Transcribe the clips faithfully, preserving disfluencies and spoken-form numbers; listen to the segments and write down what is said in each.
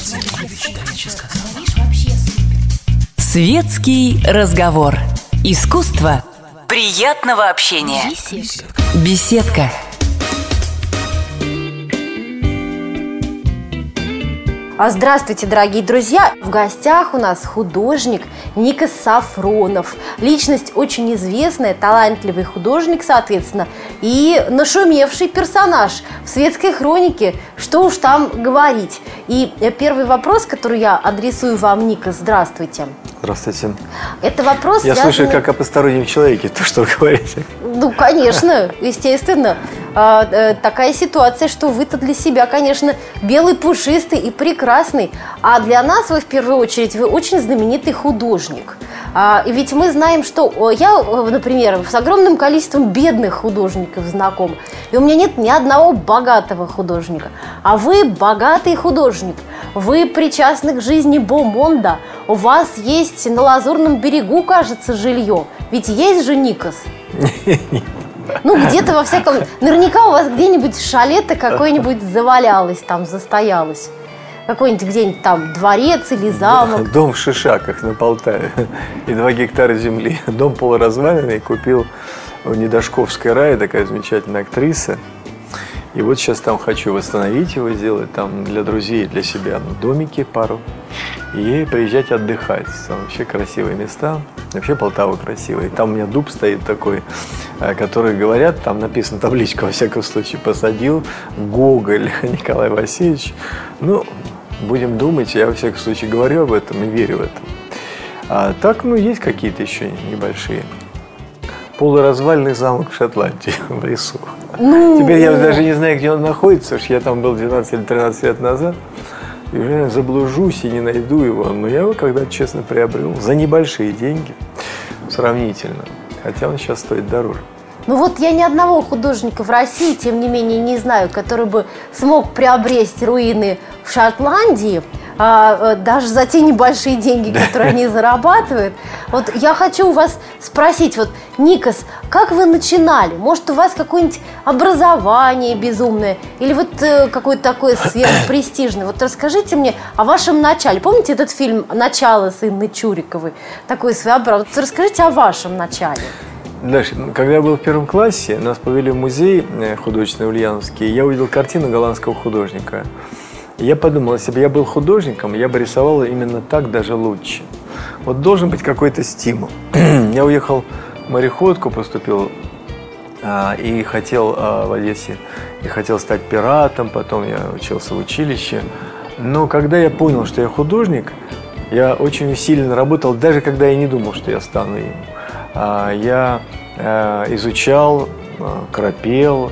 Светский разговор. Искусство приятного общения. Беседка. Здравствуйте, дорогие друзья! В гостях у нас художник Никос Сафронов. Личность очень известная, талантливый художник, соответственно, и нашумевший персонаж в светской хронике. Что уж там говорить. И первый вопрос, который я адресую вам, Никос, здравствуйте. Здравствуйте. Это вопрос... Я связанный... слышу, как о постороннем человеке, то, что вы говорите. Ну, конечно, естественно. А, а, такая ситуация, что вы-то для себя, конечно, белый, пушистый и прекрасный. А для нас вы, в первую очередь, вы очень знаменитый художник. А, и ведь мы знаем, что я, например, с огромным количеством бедных художников знакома. И у меня нет ни одного богатого художника. А вы богатый художник. Вы причастны к жизни Бомонда. У вас есть на Лазурном берегу, кажется, жилье. Ведь есть же, Никос? Ну, где-то во всяком... Наверняка у вас где-нибудь шале-то какое-нибудь завалялось там, застоялось. Какой-нибудь где-нибудь там дворец или замок. Дом в Шишаках на Полтаве. И два гектара земли. Дом полуразваленный. Купил у Недошковской Раи, такая замечательная актриса. И вот сейчас там хочу восстановить его, сделать там для друзей, для себя домики пару. И приезжать отдыхать. Там вообще красивые места. Вообще Полтава красивая. И там у меня дуб стоит такой, который, говорят, там написано табличка, во всяком случае, посадил Гоголь Николай Васильевич. Ну, будем думать. Я, во всяком случае, говорю об этом и верю в это. А так, ну, есть какие-то еще небольшие. Полуразвальный замок в Шотландии, в лесу. Ну, Теперь я даже не знаю, где он находится, потому что я там был двенадцать или тринадцать лет назад. И уже заблужусь и не найду его. Но я его когда-то, честно, приобрел за небольшие деньги, сравнительно. Хотя он сейчас стоит дороже. Ну вот я ни одного художника в России, тем не менее, не знаю, который бы смог приобрести руины в Шотландии, а, даже за те небольшие деньги, которые они зарабатывают. Вот я хочу у вас спросить, вот, Никос, как вы начинали? Может, у вас какое-нибудь образование безумное или вот э, какое-то такое сверхпрестижное? Вот расскажите мне о вашем начале. Помните этот фильм «Начало» с Инной Чуриковой? Такой своеобразный. Вот расскажите о вашем начале. Дальше, когда я был в первом классе, нас повели в музей художественный Ульяновский, и я увидел картину голландского художника. И я подумал, если бы я был художником, я бы рисовал именно так, даже лучше. Вот должен быть какой-то стимул. Я уехал в мореходку, поступил а, и хотел а, в Одессе, и хотел стать пиратом, потом я учился в училище. Но когда я понял, что я художник, я очень усиленно работал, даже когда я не думал, что я стану им. Я изучал, корпел,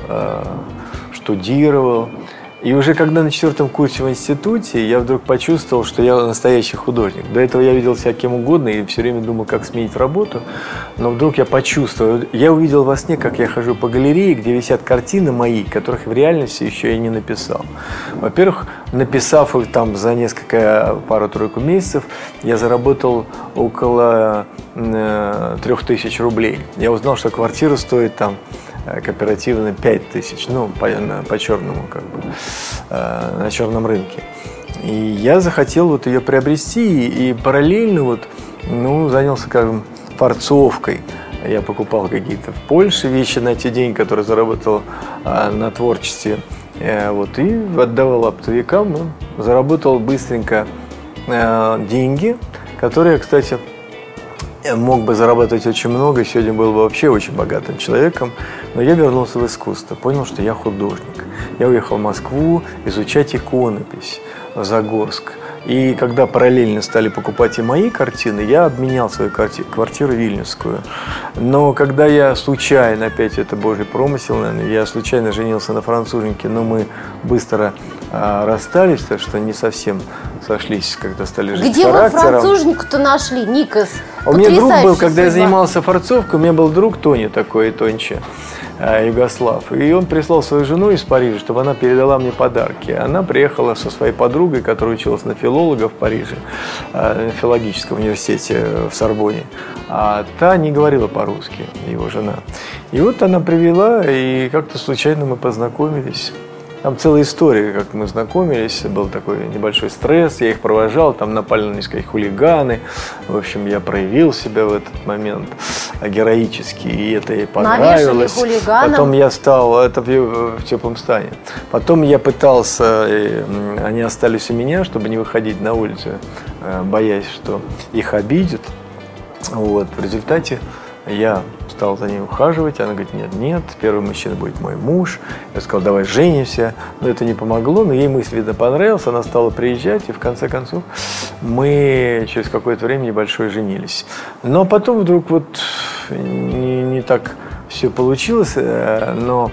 штудировал. И уже когда на четвертом курсе в институте, я вдруг почувствовал, что я настоящий художник. До этого я видел себя кем угодно и все время думал, как сменить работу. Но вдруг я почувствовал, я увидел во сне, как я хожу по галерее, где висят картины мои, которых в реальности еще я не написал. Во-первых, написав их там за несколько, пару-тройку месяцев, я заработал около э, трех тысяч рублей. Я узнал, что квартира стоит там кооперативно пять тысяч, ну, по, по черному, как бы, э, на черном рынке. И я захотел вот ее приобрести, и, и параллельно вот, ну, занялся, скажем, фарцовкой. Я покупал какие-то в Польше вещи на те деньги, которые заработал э, на творчестве, э, вот, и отдавал оптовикам, ну, заработал быстренько э, деньги, которые, кстати, я мог бы зарабатывать очень много, сегодня был бы вообще очень богатым человеком, но я вернулся в искусство, понял, что я художник. Я уехал в Москву изучать иконопись в Загорск. И когда параллельно стали покупать и мои картины, я обменял свою квартиру вильнюсскую. Но когда я случайно, опять это божий промысел, наверное, я случайно женился на француженке, но мы быстро а, расстались, так что не совсем сошлись, когда стали жить Где характером. Где вы француженку-то нашли, Никос? У меня друг был, когда я занимался фарцовкой, у меня был друг Тони такой, Тонча, Югослав. И он прислал свою жену из Парижа, чтобы она передала мне подарки. Она приехала со своей подругой, которая училась на филолога в Париже, на филологическом университете в Сорбоне. А та не говорила по-русски, его жена. И вот она привела, и как-то случайно мы познакомились. Там целая история, как мы знакомились, был такой небольшой стресс, я их провожал, там напали на несколько хулиганы, в общем, я проявил себя в этот момент героически, и это ей понравилось. Потом я стал, это в, в теплом стане, потом я пытался, и они остались у меня, чтобы не выходить на улицу, боясь, что их обидят. Вот, в результате я стал за ней ухаживать, она говорит, нет, нет, первый мужчина будет мой муж. Я сказал, давай женимся, но это не помогло, но ей мысль, видно, понравилась, она стала приезжать, и в конце концов мы через какое-то время небольшое женились. Но потом вдруг вот не, не так все получилось, но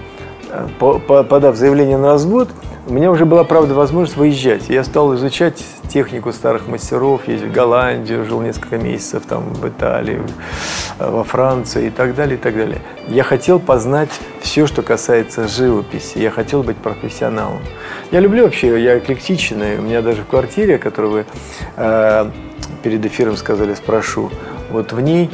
подав заявление на развод, у меня уже была, правда, возможность выезжать. Я стал изучать технику старых мастеров, ездил в Голландию, жил несколько месяцев там, в Италии, во Франции и так далее, и так далее. Я хотел познать все, что касается живописи. Я хотел быть профессионалом. Я люблю вообще, я эклектичный. У меня даже в квартире, которую вы э, перед эфиром сказали, спрошу, вот в ней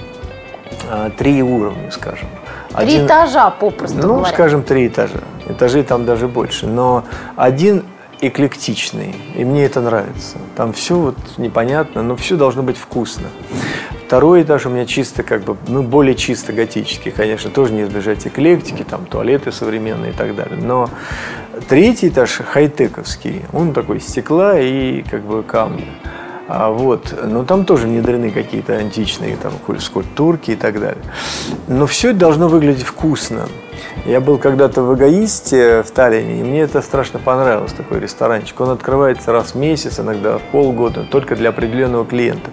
э, три уровня, скажем. Три один, этажа, попросту Ну, говоря. скажем, три этажа. Этажей там даже больше. Но один эклектичный, и мне это нравится. Там все вот непонятно, но все должно быть вкусно. Второй этаж у меня чисто как бы, ну, более чисто готический, конечно, тоже не избежать эклектики, там туалеты современные и так далее. Но третий этаж хай-тековский, он такой стекла и как бы камня. А вот, но там тоже внедрены какие-то античные там, скульптурки и так далее. Но все это должно выглядеть вкусно. Я был когда-то в «Эгоисте» в Таллине, и мне это страшно понравилось, такой ресторанчик. Он открывается раз в месяц, иногда в полгода, только для определенного клиента.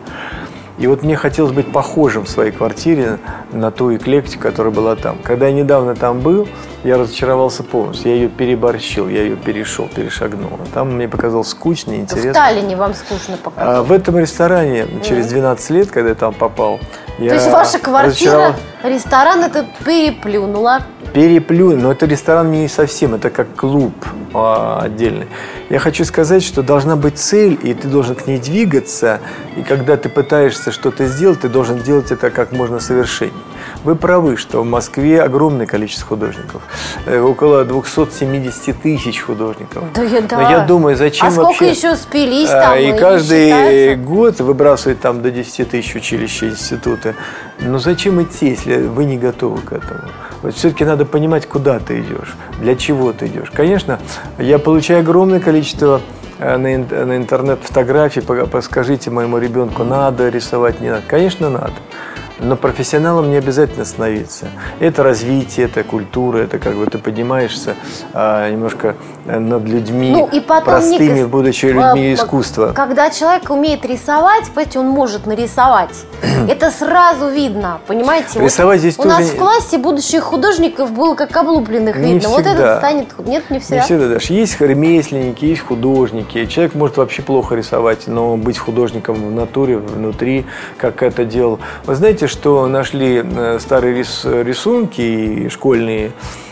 И вот мне хотелось быть похожим в своей квартире на ту эклектику, которая была там. Когда я недавно там был, я разочаровался полностью. Я ее переборщил, я ее перешел, перешагнул. Там мне показалось скучно, неинтересно. В Таллине вам скучно показалось? А в этом ресторане через двенадцать лет, когда я там попал, я То есть ваша квартира, разочаровал... ресторан этот переплюнула? Переплюнул, но это ресторан не совсем, это как клуб а, отдельный. Я хочу сказать, что должна быть цель, и ты должен к ней двигаться, и когда ты пытаешься что-то сделать, ты должен делать это как можно совершеннее. Вы правы, что в Москве огромное количество художников, около двести семьдесят тысяч художников. Да, я, да. Но я думаю, зачем а сколько вообще... еще спились там? И каждый год выбрасывать там до десяти тысяч училища, институты. Но зачем идти, если вы не готовы к этому? Вот все-таки надо понимать, куда ты идешь, для чего ты идешь. Конечно, я получаю огромное количество на, на интернет-фотографий. Подскажите моему ребенку, надо рисовать, не надо. Конечно, надо. Но профессионалом не обязательно становиться. Это развитие, это культура, это как бы ты поднимаешься а, немножко над людьми, ну, и потом, простыми, Ник, будучи людьми а, искусства. Когда человек умеет рисовать, понимаете, он может нарисовать. Это сразу видно, понимаете? Рисовать вот здесь у тоже... нас в классе будущих художников было как облупленных не видно. всегда. Вот этот станет... Нет, не всегда. Не всегда даже. Есть ремесленники, есть художники. Человек может вообще плохо рисовать, но быть художником в натуре, внутри, как это делал. Вы знаете, что нашли старые рис, рисунки и школьные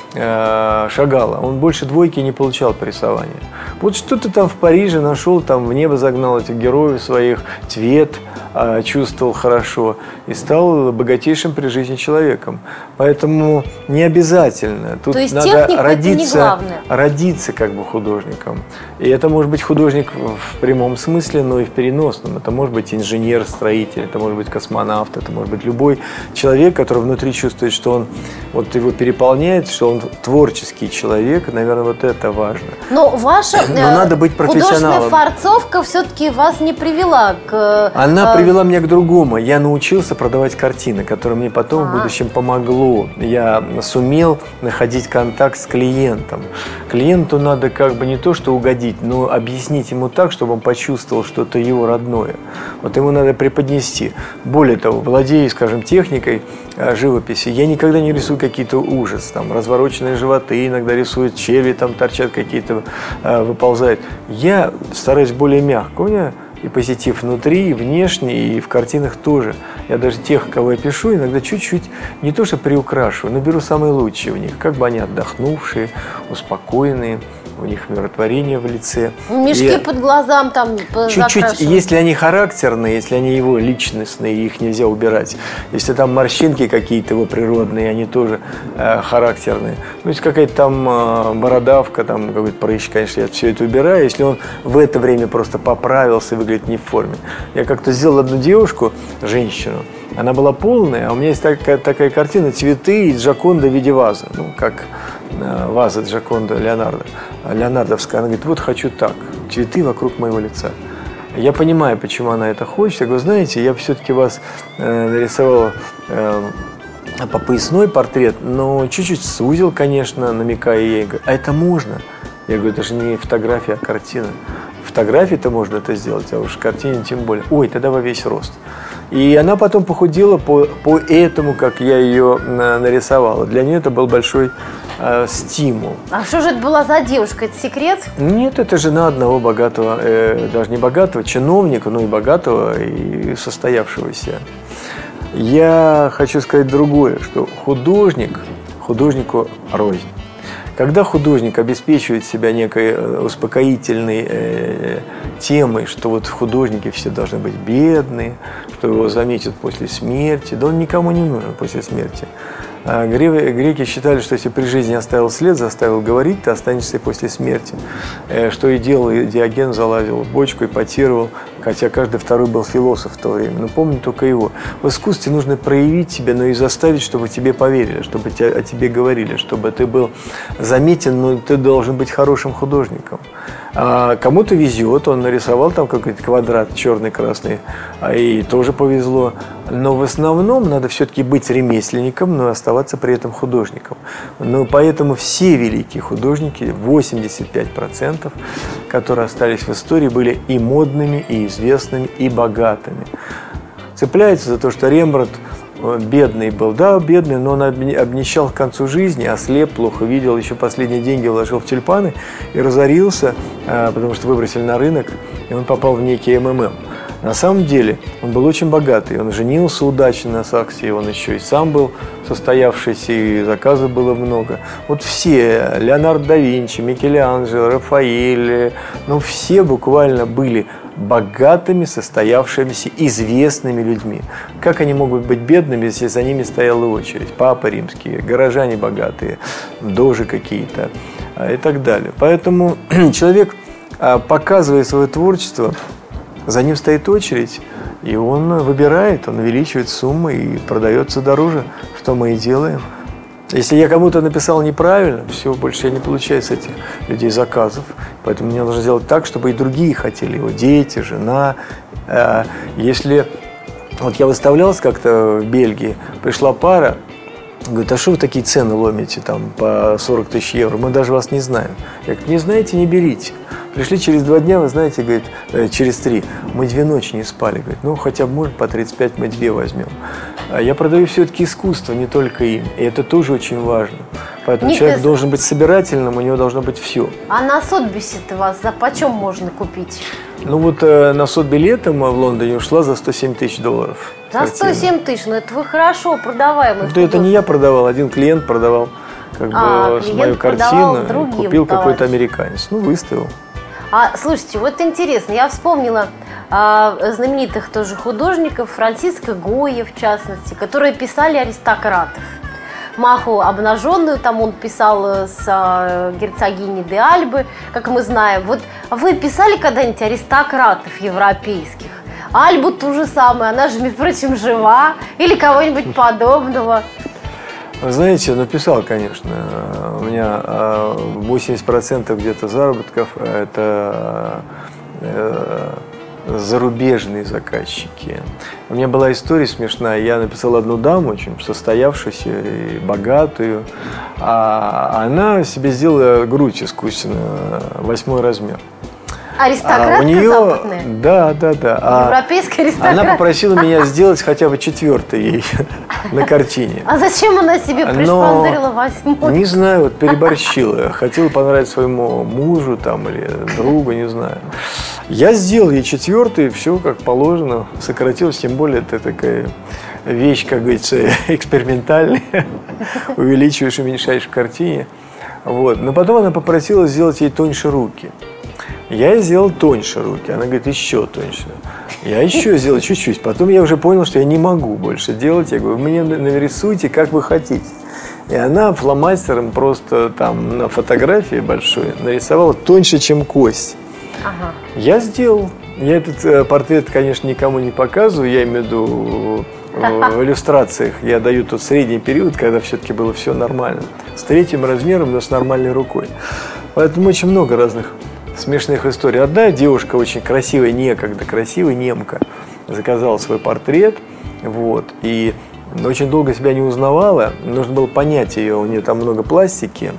э, Шагала. Он больше двойки не получал по рисованию. Вот что-то там в Париже нашел, там в небо загнал этих героев своих, цвет э, чувствовал хорошо и стал богатейшим при жизни человеком. Поэтому не обязательно. Тут То есть надо техника родиться, это не главное. родиться как бы художником. И это может быть художник в прямом смысле, но и в переносном. Это может быть инженер, строитель, это может быть космонавт, это может быть любой человек, который внутри чувствует, что он вот его переполняет, что он творческий человек. Наверное, вот это важно. Но ваша Но надо быть профессионалом. Художественная фарцовка все-таки вас не привела к... Она э, привела меня к другому. Я научился продавать картины, которое мне потом А-а. в будущем помогло. Я сумел находить контакт с клиентом. Клиенту надо как бы не то, что угодить, но объяснить ему так, чтобы он почувствовал, что это его родное. Вот ему надо преподнести. Более того, владея, скажем, техникой живописи, я никогда не рисую какие-то ужасы, там, развороченные животы, иногда рисуют черви, там торчат какие-то, э, выползают. Я стараюсь более мягко. У меня и позитив внутри, и внешне, и в картинах тоже. Я даже тех, кого я пишу, иногда чуть-чуть, не то что приукрашиваю, но беру самые лучшие в них, как бы они отдохнувшие, успокоенные. у них умиротворение в лице. Мешки и под глазам там чуть-чуть, если они характерные, если они его личностные, их нельзя убирать. Если там морщинки какие-то его природные, они тоже э, характерные. Ну, если какая-то там э, бородавка, там какой-то прыщ, конечно, я все это убираю. Если он в это время просто поправился и выглядит не в форме. Я как-то сделал одну девушку, женщину, она была полная, а у меня есть такая, такая картина «Цветы из Джоконда в виде вазы». Ну, как э, ваза Джоконда Леонардо. Леонардовская. Она говорит, вот хочу так, цветы вокруг моего лица. Я понимаю, почему она это хочет. Я говорю, знаете, я все-таки вас э, нарисовал э, по поясной портрет, но чуть-чуть сузил, конечно, намекая ей. Говорю, а это можно? Я говорю, это же не фотография, а картина. Фотографии-то можно это сделать, а уж в картине тем более. Ой, тогда во весь рост. И она потом похудела по, по этому, как я ее нарисовала. Для нее это был большой э, стимул. А что же это была за девушка? Это секрет? Нет, это жена одного богатого, э, даже не богатого, чиновника, но и богатого, и состоявшегося. Я хочу сказать другое, что художник, художнику рознь. Когда художник обеспечивает себя некой успокоительной э, темой, что вот художники все должны быть бедные, что его заметят после смерти, да он никому не нужен после смерти. А греки считали, что если при жизни оставил след, заставил говорить, ты останешься и после смерти. Что и делал Диоген, залазил в бочку и потировал, хотя каждый второй был философ в то время. Но помню только его. В искусстве нужно проявить себя, но и заставить, чтобы тебе поверили, чтобы о тебе говорили, чтобы ты был заметен, но ты должен быть хорошим художником. А кому-то везет, он нарисовал там какой-то квадрат черный-красный, и тоже повезло. Но в основном надо все-таки быть ремесленником, но оставаться при этом художником. Но поэтому все великие художники, восемьдесят пять процентов, которые остались в истории, были и модными, и известными, и богатыми. Цепляется за то, что Рембрандт бедный был. Да, бедный, но он обнищал к концу жизни, ослеп, плохо видел, еще последние деньги вложил в тюльпаны и разорился, потому что выбросили на рынок, и он попал в некий эм эм эм. На самом деле он был очень богатый, он женился удачно на Саксии, он еще и сам был состоявшийся, и заказов было много. Вот все, Леонардо да Винчи, Микеланджело, Рафаэль, ну все буквально были богатыми, состоявшимися, известными людьми. Как они могут быть бедными, если за ними стояла очередь? Папы римские, горожане богатые, дожи какие-то и так далее. Поэтому человек, показывая свое творчество, за ним стоит очередь, и он выбирает, он увеличивает суммы и продается дороже, что мы и делаем. Если я кому-то написал неправильно, все, больше я не получаю с этих людей заказов. Поэтому мне нужно сделать так, чтобы и другие хотели его, дети, жена. Если вот я выставлялся как-то в Бельгии, пришла пара, говорит, а что вы такие цены ломите там по сорок тысяч евро? Мы даже вас не знаем. Я говорю, не знаете, не берите. Пришли через два дня, вы знаете, говорит, э, через три. Мы две ночи не спали. Говорит, ну хотя бы может по тридцать пять мы две возьмем. А я продаю все-таки искусство, не только им. И это тоже очень важно. Поэтому Николай... человек должен быть собирательным, у него должно быть все. А на Сотбисе-то вас за почем можно купить? Ну вот э, на Сотби летом в Лондоне ушла за сто семь тысяч долларов. За картина. сто семь тысяч, ну это вы хорошо продаваемый. Да это не я продавал, один клиент продавал как а, бы мою картину, купил какой-то американец. Ну, выставил. А, слушайте, вот интересно, я вспомнила а, знаменитых тоже художников, Франциско Гойя, в частности, которые писали аристократов. Маху обнаженную, там он писал с а, герцогиней де Альбы, как мы знаем. Вот вы писали когда-нибудь аристократов европейских? Альбу ту же самую, она же, между прочим, жива, или кого-нибудь подобного. Вы знаете, написал, конечно. У меня восемьдесят процентов где-то заработков – это зарубежные заказчики. У меня была история смешная. Я написал одну даму, очень состоявшуюся и богатую, а она себе сделала грудь искусственную, восьмой размер. Аристократка а у нее, западная? Да, да, да. Европейская аристократка. Она попросила меня сделать хотя бы четвертый ей на картине. А зачем она себе пришпандырила восьмой? Не знаю, вот переборщила. Хотела понравиться своему мужу там или другу, не знаю. Я сделал ей четвертый, все как положено. Сократилось, тем более это такая вещь, как говорится, экспериментальная. Увеличиваешь, уменьшаешь в картине. Вот. Но потом она попросила сделать ей тоньше руки. Я ей сделал тоньше руки. Она говорит, еще тоньше. Я еще сделал чуть-чуть. Потом я уже понял, что я не могу больше делать. Я говорю, вы мне нарисуйте, как вы хотите. И она фломастером просто там на фотографии большой нарисовала тоньше, чем кость. Ага. Я сделал. Я этот э, портрет, конечно, никому не показываю. Я имею в виду э, в иллюстрациях. Я даю тот средний период, когда все-таки было все нормально. С третьим размером, но с нормальной рукой. Поэтому очень много разных смешных историй. Одна девушка, очень красивая, некогда красивая немка, заказала свой портрет. Вот, и очень долго себя не узнавала. Нужно было понять ее. У нее там много пластики.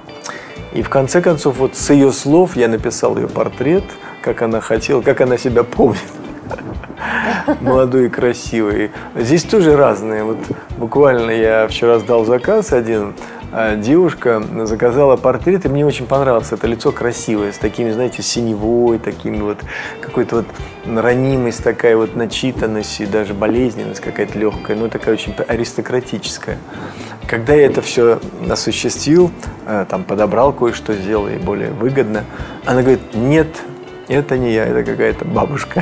И в конце концов, вот с ее слов я написал ее портрет, как она хотела, как она себя помнит. Молодой и красивый. Здесь тоже разные. Вот буквально я вчера сдал заказ один. Девушка заказала портрет, и мне очень понравилось. Это лицо красивое, с такими, знаете, синевой, такими вот, какой-то вот ранимость, такая вот начитанность и даже болезненность какая-то легкая, но такая очень аристократическая. Когда я это все осуществил, там подобрал кое-что, сделал ей более выгодно, она говорит, нет, это не я, это какая-то бабушка.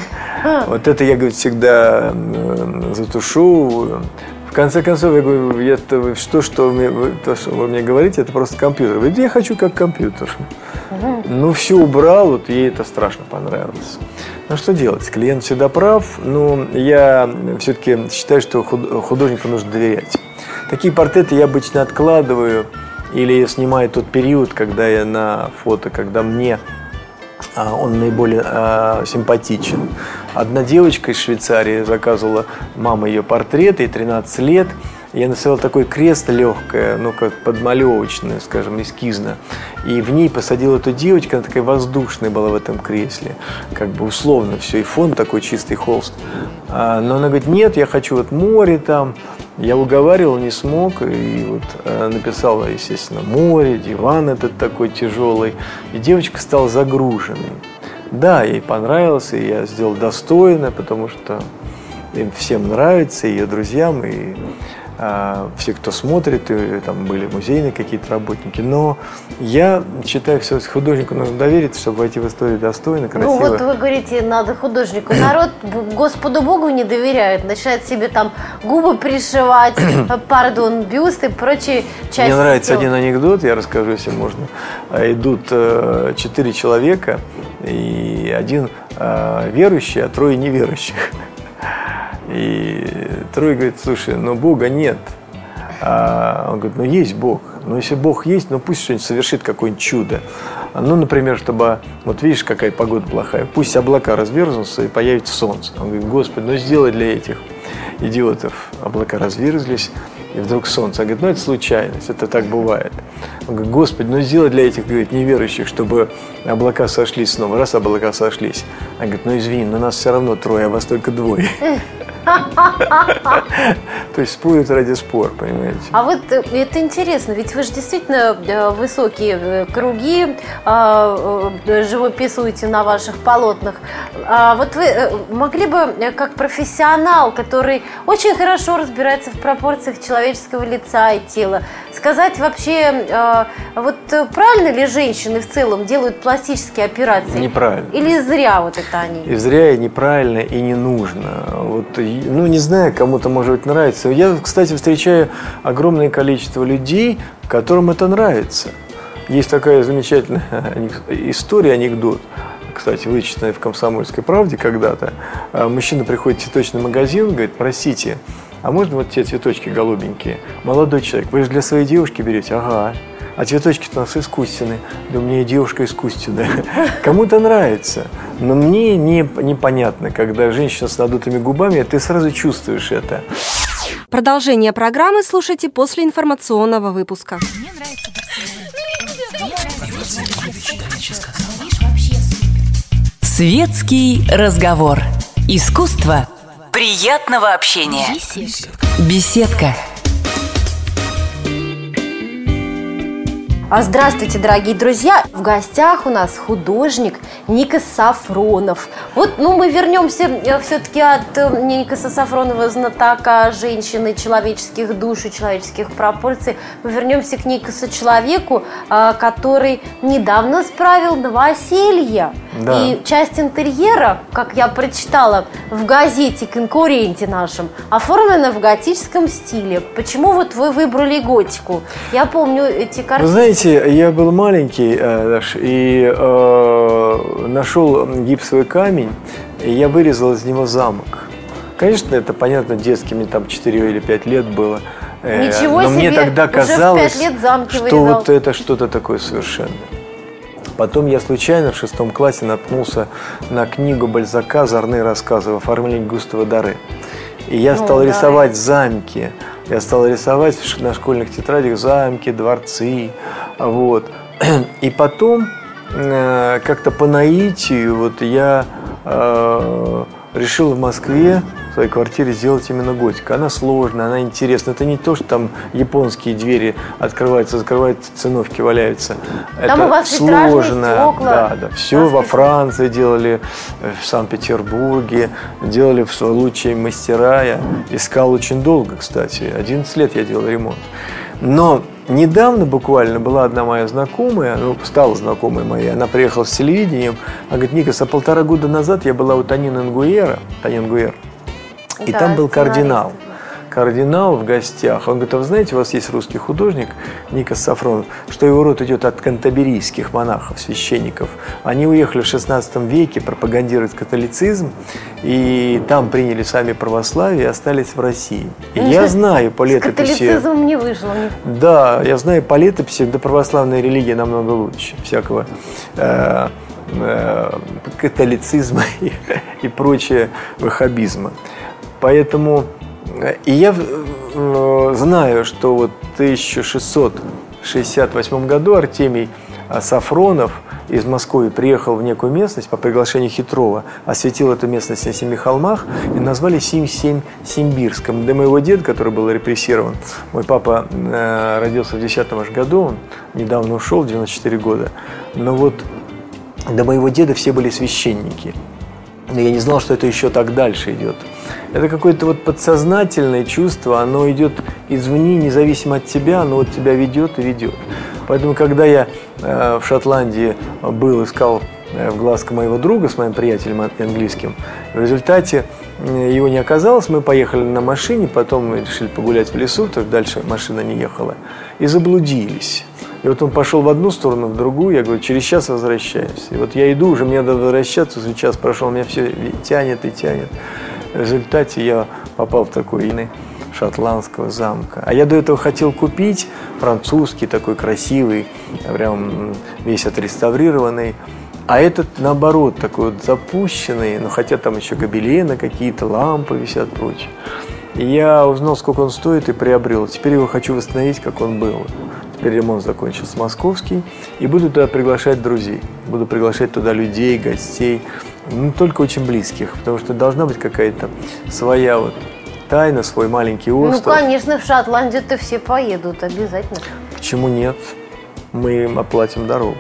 Вот это я, говорит, всегда затушевываю. В конце концов, я говорю, это, что, что, вы, то, что вы мне говорите, это просто компьютер. Говорит, я хочу как компьютер. Угу. Ну, все убрал, вот ей это страшно понравилось. Ну, что делать? Клиент всегда прав, но я все-таки считаю, что художнику нужно доверять. Такие портреты я обычно откладываю или снимаю тот период, когда я на фото, когда мне он наиболее э, симпатичен. Одна девочка из Швейцарии заказывала, мама ее портрет, ей тринадцать лет. Я нарисовал такое кресло легкое, ну как подмалевочное, скажем, эскизно. И в ней посадил эту девочку, она такая воздушная была в этом кресле. Как бы условно все, и фон такой чистый холст. А, но она говорит, нет, я хочу вот море там. Я уговаривал, не смог, и вот э, написала, естественно, море, диван этот такой тяжелый, и девочка стала загруженной. Да, ей понравилось, и я сделал достойно, потому что им всем нравится, и ее друзьям, и э, все, кто смотрит, и там были музейные какие-то работники. Но я считаю, что художнику нужно довериться, чтобы войти в историю достойно, красиво. Ну вот вы говорите, надо художнику. Народ Господу Богу не доверяет, начинает себе там губы пришивать, пардон, бюст и прочие части. Мне нравится тела. Один анекдот, я расскажу, если можно. Идут э, четыре человека, и один э, верующий, а трое неверующих. И трое говорит, слушай, ну Бога нет. А он говорит, ну есть Бог. Но если Бог есть, ну пусть что-нибудь совершит какое-нибудь чудо. Ну, например, чтобы, вот видишь, какая погода плохая, пусть облака разверзнутся и появится солнце. Он говорит, Господи, ну сделай для этих идиотов. Облака разверзлись, и вдруг солнце. Он говорит, ну это случайность, это так бывает. Он говорит, Господи, ну сделай для этих, говорит, неверующих, чтобы облака сошлись снова. Раз облака сошлись. Он говорит, ну извини, но нас все равно трое, а вас только двое. То есть спорят ради спор, понимаете? А вот это интересно, ведь вы же действительно высокие круги живописуете на ваших полотнах. А вот вы могли бы, как профессионал, который очень хорошо разбирается в пропорциях человеческого лица и тела, сказать вообще, вот правильно ли женщины в целом делают пластические операции? Неправильно. Или зря вот это они? И зря, и неправильно, и не нужно. Вот, ну, не знаю, кому-то, может быть, нравится. Я, кстати, встречаю огромное количество людей, которым это нравится. Есть такая замечательная история, анекдот, кстати, вычитанная в «Комсомольской правде» когда-то. Мужчина приходит в цветочный магазин, говорит, простите, а можно вот те цветочки голубенькие? Молодой человек, вы же для своей девушки берете? Ага. А цветочки-то у нас искусственные. Да у меня и девушка искусственная. Кому-то нравится. Но мне не, непонятно, когда женщина с надутыми губами, ты сразу чувствуешь это. Продолжение программы слушайте после информационного выпуска. Светский разговор. Искусство приятного общения. Беседка. А здравствуйте, дорогие друзья! В гостях у нас художник Никос Сафронов. Вот, ну, мы вернемся все-таки от Никоса Сафронова, знатока женщины, человеческих душ и человеческих пропорций. Мы вернемся к Никосу человеку, который недавно справил новоселье. Да. И часть интерьера, как я прочитала в газете, конкуренте нашем, оформлена в готическом стиле. Почему вот вы выбрали готику? Я помню эти картины. Вы знаете, я был маленький э, и э, нашел гипсовый камень, и я вырезал из него замок. Конечно, это, понятно, детскими, там четыре или пять лет было. Э, Ничего но себе! мне тогда казалось, Уже в пять лет замки что вырезал. вот это что-то такое совершенное. Потом я случайно в шестом классе наткнулся на книгу Бальзака «Озорные рассказы» в оформлении Густава Доре. И я стал О, рисовать да. замки. Я стал рисовать на школьных тетрадях замки, дворцы. Вот. И потом э, как-то по наитию вот я э, решил в Москве в своей квартире сделать именно готику. Она сложная, она интересная. Это не то, что там японские двери открываются, закрываются, циновки валяются. Там это у вас сложно. стекла. Да, да. Все во Франции делали, в Санкт-Петербурге, делали в лучшие мастера. Я искал очень долго, кстати. одиннадцать лет я делал ремонт. Но недавно буквально была одна моя знакомая, ну, стала знакомой моей, она приехала с телевидением, она говорит: Никос, а полтора года назад я была у Танина Нгуэра, Танин Нгуэр, и Да, там был сценарист. кардинал. Кардинал в гостях. Он говорит: а вы знаете, у вас есть русский художник Никос Сафронов, что его род идет от кантаберийских монахов, священников. Они уехали в шестнадцатом веке пропагандировать католицизм, и там приняли сами православие и остались в России. И я знаю по С летописи... католицизмом не вышло. Да, я знаю по летописи, да, православная религия намного лучше всякого э, э, католицизма и, и прочее ваххабизма. Поэтому... И я э, знаю, что вот в тысяча шестьсот шестьдесят восьмом году Артемий Сафронов из Москвы приехал в некую местность по приглашению Хитрова, осветил эту местность на семи холмах и назвали Симь-Симбирском. До моего деда, который был репрессирован, мой папа э, родился в десятом аж году, он недавно ушел, в девяносто четыре года, но вот до моего деда все были священники. Но я не знал, что это еще так дальше идет. Это какое-то вот подсознательное чувство, оно идет извне, независимо от тебя, оно вот тебя ведет и ведет. Поэтому, когда я э, в Шотландии был, искал э, в Глазго моего друга с моим приятелем английским, в результате э, его не оказалось, мы поехали на машине, потом мы решили погулять в лесу, потому что дальше машина не ехала, и заблудились. И вот он пошел в одну сторону, в другую, я говорю: через час возвращаюсь. И вот я иду, уже мне надо возвращаться, уже час прошел, меня все тянет и тянет. В результате я попал в такой ины шотландского замка. А я до этого хотел купить французский, такой красивый, прям весь отреставрированный. А этот, наоборот, такой вот запущенный, ну хотя там еще гобелены какие-то, лампы висят и прочее. И я узнал, сколько он стоит, и приобрел. Теперь его хочу восстановить, как он был. Теперь ремонт закончился московский. И буду туда приглашать друзей. Буду приглашать туда людей, гостей. Ну, только очень близких. Потому что должна быть какая-то своя вот тайна, свой маленький остров. Ну, конечно, в Шотландию-то все поедут обязательно. Почему нет? Мы им оплатим дорогу.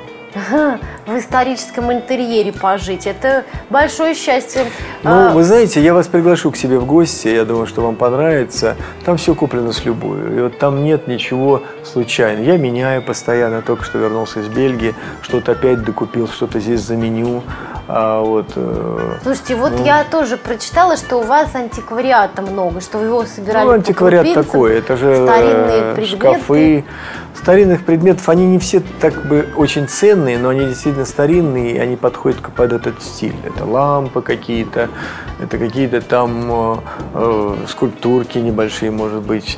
В историческом интерьере пожить. Это большое счастье. Ну, вы знаете, я вас приглашу к себе в гости, я думаю, что вам понравится. Там все куплено с любовью. И вот там нет ничего случайного. Я меняю постоянно, только что вернулся из Бельгии, что-то опять докупил, что-то здесь заменю. А вот, э, Слушайте, вот ну, я тоже прочитала, что у вас антиквариата много, что вы его собирали. ну, антиквариат по крупицам, такой, это же старинные э, предметы. шкафы. Старинных предметов, они не все так бы очень ценные, но они действительно старинные, и они подходят под этот стиль. Это лампы какие-то, это какие-то там э, э, скульптурки небольшие, может быть.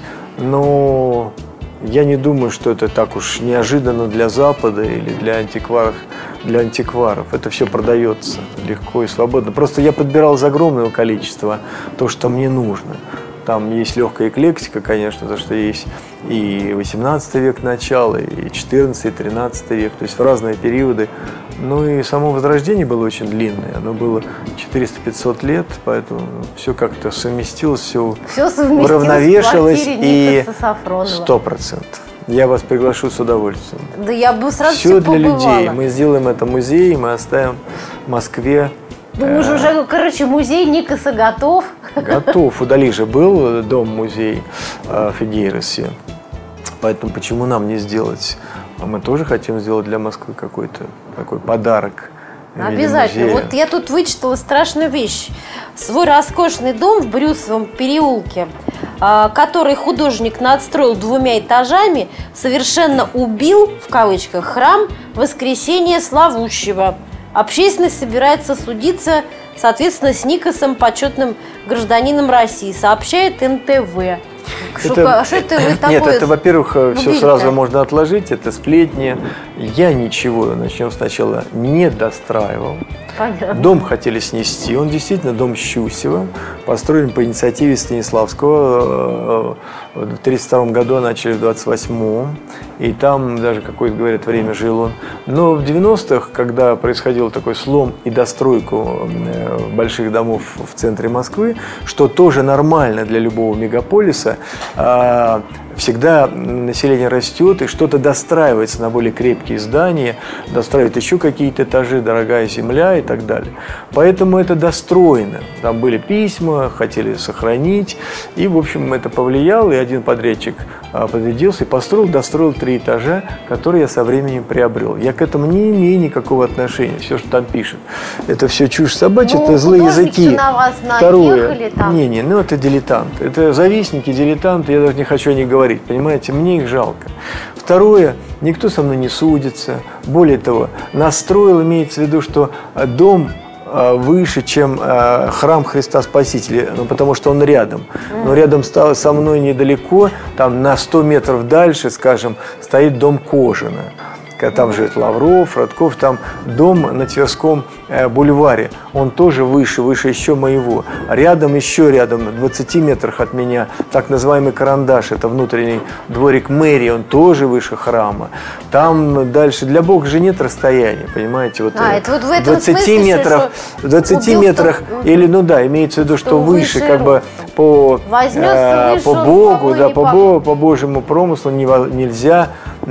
Но я не думаю, что это так уж неожиданно для Запада или для антикваров. Для антикваров. Это все продается легко и свободно. Просто я подбирал из огромного количества то, что мне нужно. Там есть легкая эклектика, конечно, то, что есть и восемнадцатый век начало, и четырнадцатый, и тринадцатый век, то есть в разные периоды. Ну и само Возрождение было очень длинное, оно было четыреста-пятьсот лет, поэтому все как-то совместилось, все, все совместилось уравновешивалось в квартире и Никоса Сафронова. сто процентов. я вас приглашу с удовольствием. Да я бы сразу Все все для побывала. людей. Мы сделаем это музей, мы оставим в Москве. Ну, уже, уже, короче, музей Никоса готов. Готов. У Дали же был дом-музей в Фигейросе. Поэтому почему нам не сделать? Мы тоже хотим сделать для Москвы какой-то такой подарок. Обязательно. Вот я тут вычитала страшную вещь. Свой роскошный дом в Брюсовом переулке, который художник надстроил двумя этажами, совершенно убил, в кавычках, храм Воскресения Славущего. Общественность собирается судиться, соответственно, с Никосом, почетным гражданином России, сообщает эн тэ вэ. Это, а что это вы такое? Нет, это, во-первых, все убили-то? сразу можно отложить, это сплетни. Я ничего, начнем сначала, не достраивал. Понятно. Дом хотели снести, он действительно дом Щусева, построен по инициативе Станиславского. В тридцать втором году, а начали в двадцать восьмом, и там даже какое-то, говорят, время жил он. Но в девяностых, когда происходил такой слом и достройку больших домов в центре Москвы, что тоже нормально для любого мегаполиса, всегда население растет и что-то достраивается на более крепкие здания, достраивают еще какие-то этажи, дорогая земля и так далее. Поэтому это достроено. Там были письма, хотели сохранить, и, в общем, это повлияло, и один подрядчик подведелся и построил, достроил три этажа, которые я со временем приобрел. Я к этому не имею никакого отношения, все, что там пишут. Это все чушь собачья, Ну, это злые художники языки. на вас Второе, наехали там. не, не, ну это дилетанты, это завистники, дилетанты, я даже не хочу о них говорить, понимаете, мне их жалко. Второе, никто со мной не судится. Более того, настроил, имеется в виду, что дом выше, чем э, храм Христа Спасителя, ну, потому что он рядом. Но рядом стало со мной недалеко, там на сто метров дальше, скажем, стоит дом Кожина. Там живет Лавров, Родков, там дом на Тверском э, бульваре, он тоже выше, выше еще моего. Рядом, еще рядом, в двадцати метрах от меня, так называемый Карандаш, это внутренний дворик мэрии, он тоже выше храма. Там дальше, для Бога же нет расстояния, понимаете? Вот, А, это вот в этом двадцати смысле, метрах, что в двадцати убил, метрах, что- или, ну да, имеется в виду, что, что выше, выше как бы по, Вознесся э, выше по он, Богу, кого да, не по, по- Богу, по Божьему промыслу нево- нельзя.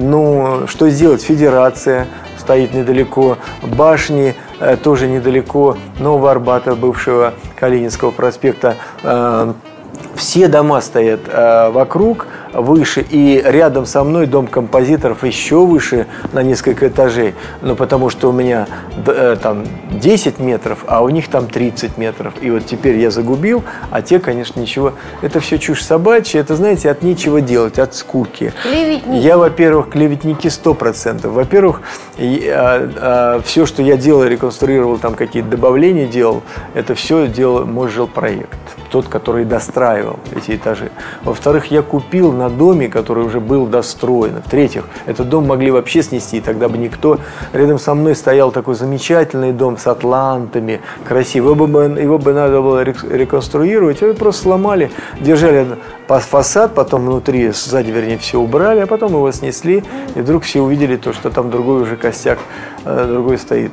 Ну, что сделать? Федерация стоит недалеко, башни э, тоже недалеко, Нового Арбата, бывшего Калининского проспекта. Э, все дома стоят э, вокруг, выше, и рядом со мной дом композиторов еще выше на несколько этажей, но потому что у меня э, там десять метров, а у них там тридцать метров, и вот теперь я загубил, а те, конечно, ничего, это все чушь собачья, это, знаете, от нечего делать, от скуки. Клеветники. Я, во-первых, клеветники сто процентов, во-первых, и, а, а, все, что я делал, реконструировал, там какие-то добавления делал, это все делал мой жилпроект, тот, который достраивал эти этажи. Во-вторых, я купил на доме, который уже был достроен. В-третьих, этот дом могли вообще снести, тогда бы никто. Рядом со мной стоял такой замечательный дом с атлантами, красивый. Его бы, его бы надо было реконструировать, его просто сломали, держали фасад, потом внутри, сзади, вернее, все убрали, а потом его снесли, и вдруг все увидели то, что там другой уже костяк, другой стоит.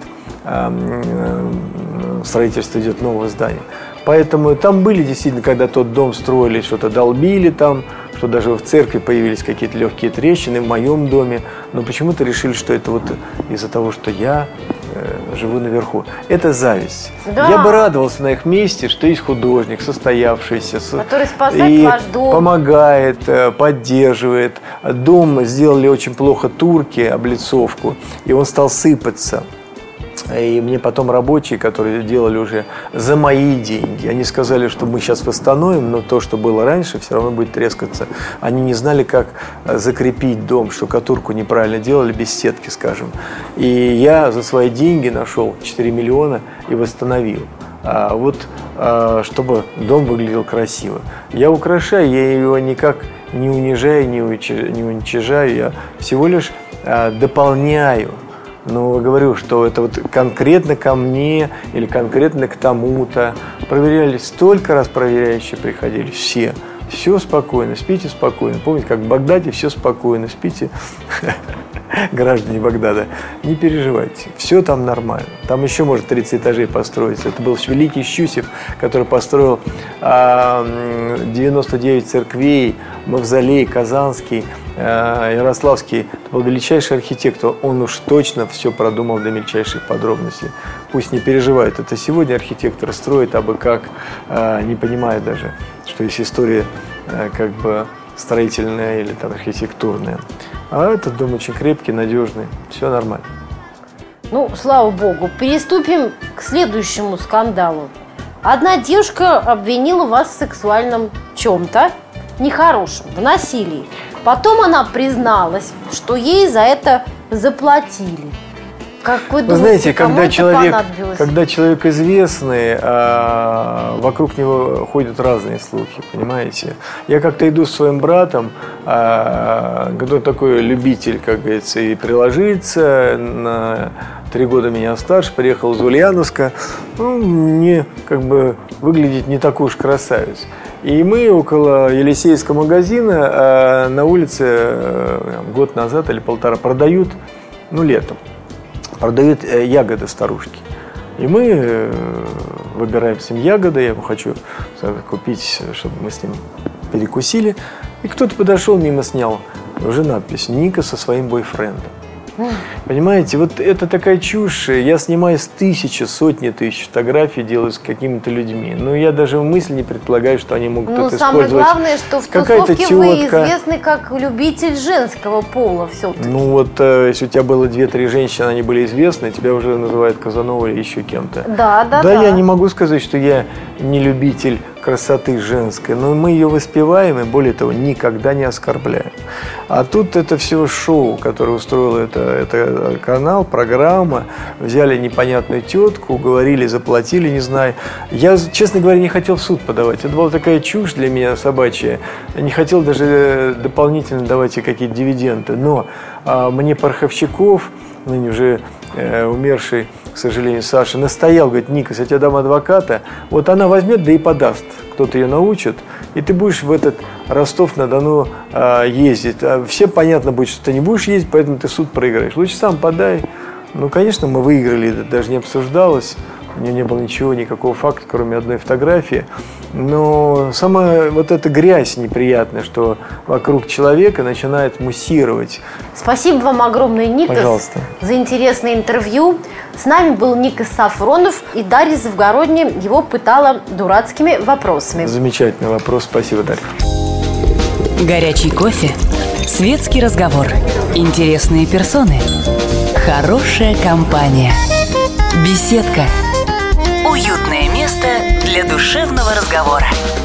Строительство идет нового здания. Поэтому там были действительно, когда тот дом строили, что-то долбили там, что даже в церкви появились какие-то легкие трещины в моем доме. Но почему-то решили, что это вот из-за того, что я э, живу наверху. Это зависть. Да. Я бы радовался на их месте, что есть художник, состоявшийся, Который спасает и ваш дом. помогает, э, поддерживает. Дом сделали очень плохо турки, облицовку, и он стал сыпаться. И мне потом рабочие, которые делали уже за мои деньги, они сказали, что мы сейчас восстановим, но то, что было раньше, все равно будет трескаться. Они не знали, как закрепить дом, штукатурку неправильно делали, без сетки, скажем. И я за свои деньги нашел четыре миллиона и восстановил. А вот, а, чтобы дом выглядел красиво. Я украшаю, я его никак не унижаю, не уничижаю, я всего лишь а, дополняю. Но говорю, что это вот конкретно ко мне или конкретно к тому-то. Проверяли, столько раз проверяющие приходили, все. Все спокойно, спите спокойно. Помните, как в Багдаде, все спокойно, спите, граждане Багдада. Не переживайте, все там нормально. Там еще может тридцать этажей построить. Это был великий Щусев, который построил а, девяносто девять церквей, мавзолей Казанский, Ярославский был величайший архитектор, он уж точно все продумал до мельчайших подробностей. Пусть не переживают, это сегодня архитектор строит абы как, не понимая даже, что есть история как бы строительная или там архитектурная. А этот дом очень крепкий, надежный, все нормально. Ну, слава богу. Переступим к следующему скандалу. Одна девушка обвинила вас в сексуальном чем-то нехорошем, в насилии. Потом она призналась, что ей за это заплатили. Как вы думаете, вы знаете, кому когда это человек, понадобилось? когда человек известный, а, вокруг него ходят разные слухи, понимаете? Я как-то иду с своим братом, а, кто такой любитель, как говорится, и приложиться, на три года меня старше, приехал из Ульяновска, ну, мне как бы выглядит не такой уж красавец. И мы около Елисеевского магазина а, на улице а, год назад или полтора продают, ну, летом. Продают ягоды старушки. И мы выбираем с ним ягоды. Я ему хочу купить, чтобы мы с ним перекусили. И кто-то подошел, мимо снял уже надпись «Ника со своим бойфрендом». Понимаете, вот это такая чушь. Я снимаю с тысячи, сотни тысяч фотографий, делаю с какими-то людьми. Но я даже в мысли не предполагаю, что они могут ну, это самое использовать. Главное, что в тусовке вы известны как любитель женского пола все-таки. Ну вот, э, если у тебя было две-три женщины, они были известны, тебя уже называют Казанова или еще кем-то. Да, да, да. Да, я не могу сказать, что я не любитель красоты женской, но мы ее воспеваем и, более того, никогда не оскорбляем. А тут это все шоу, которое устроил это, это канал, программа. Взяли непонятную тетку, уговорили, заплатили, не знаю. Я, честно говоря, не хотел в суд подавать. Это была такая чушь для меня собачья. Я не хотел даже дополнительно давать ей какие-то дивиденды. Но а, мне Пороховщиков, ныне уже э, умерший, к сожалению, Саша, настоял, говорит: Ника, если я тебе дам адвоката, вот она возьмет, да и подаст. Кто-то ее научит, и ты будешь в этот Ростов-на-Дону э, ездить. А всем понятно будет, что ты не будешь ездить, поэтому ты суд проиграешь. Лучше сам подай. Ну, конечно, мы выиграли, это даже не обсуждалось. У нее не было ничего, никакого факта, кроме одной фотографии. Но сама вот эта грязь неприятная, что вокруг человека начинает муссировать. Спасибо вам огромное, Никас, Пожалуйста, за интересное интервью. С нами был Никас Сафронов, и Дарья Завгородняя его пытала дурацкими вопросами. Замечательный вопрос. Спасибо, Дарья. Горячий кофе, светский разговор, интересные персоны, хорошая компания, беседка. Уютное место для душевного разговора.